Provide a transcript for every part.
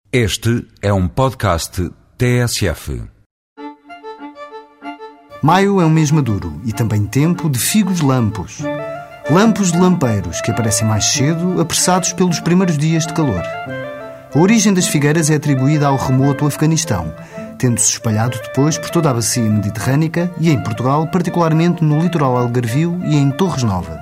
Este é um podcast TSF. Maio é um mês maduro e também tempo de figos lampos. Lampos de lampeiros que aparecem mais cedo, apressados pelos primeiros dias de calor. A origem das figueiras é atribuída ao remoto Afeganistão, tendo-se espalhado depois por toda a bacia mediterrânica e em Portugal, particularmente no litoral algarvio e em Torres Novas.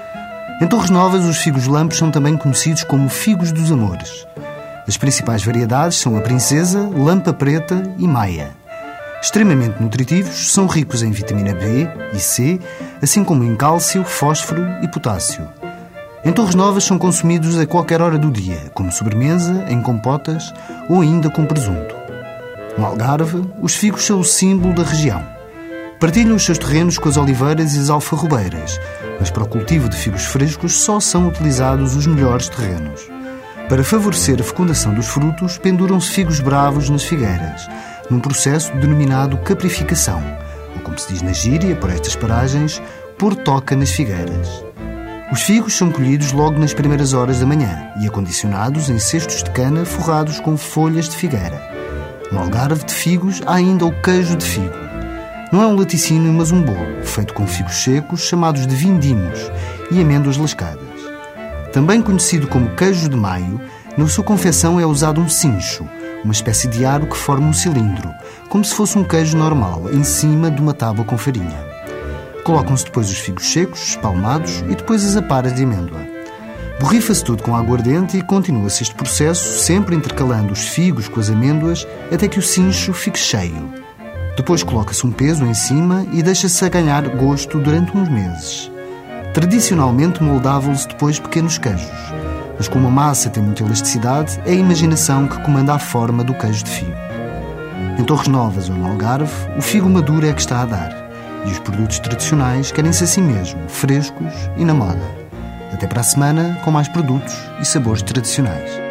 Em Torres Novas, os figos lampos são também conhecidos como figos dos amores. As principais variedades são a princesa, lampa preta e maia. Extremamente nutritivos, são ricos em vitamina B e C, assim como em cálcio, fósforo e potássio. Em Torres Novas são consumidos a qualquer hora do dia, como sobremesa, em compotas ou ainda com presunto. No Algarve, os figos são o símbolo da região. Partilham os seus terrenos com as oliveiras e as alfarrobeiras, mas para o cultivo de figos frescos só são utilizados os melhores terrenos. Para favorecer a fecundação dos frutos, penduram-se figos bravos nas figueiras, num processo denominado caprificação, ou como se diz na gíria, por estas paragens, pôr toca nas figueiras. Os figos são colhidos logo nas primeiras horas da manhã e acondicionados em cestos de cana forrados com folhas de figueira. No Algarve de figos há ainda o queijo de figo. Não é um laticínio, mas um bolo, feito com figos secos, chamados de vindimos, e amêndoas lascadas. Também conhecido como queijo de maio, na sua confecção é usado um cincho, uma espécie de aro que forma um cilindro, como se fosse um queijo normal, em cima de uma tábua com farinha. Colocam-se depois os figos secos, espalmados, e depois as aparas de amêndoa. Borrifa-se tudo com aguardente e continua-se este processo, sempre intercalando os figos com as amêndoas, até que o cincho fique cheio. Depois coloca-se um peso em cima e deixa-se a ganhar gosto durante uns meses. Tradicionalmente moldavam-se depois pequenos queijos, mas como a massa tem muita elasticidade, é a imaginação que comanda a forma do queijo de figo. Em Torres Novas ou no Algarve, o figo maduro é que está a dar, e os produtos tradicionais querem-se assim mesmo, frescos e na moda. Até para a semana, com mais produtos e sabores tradicionais.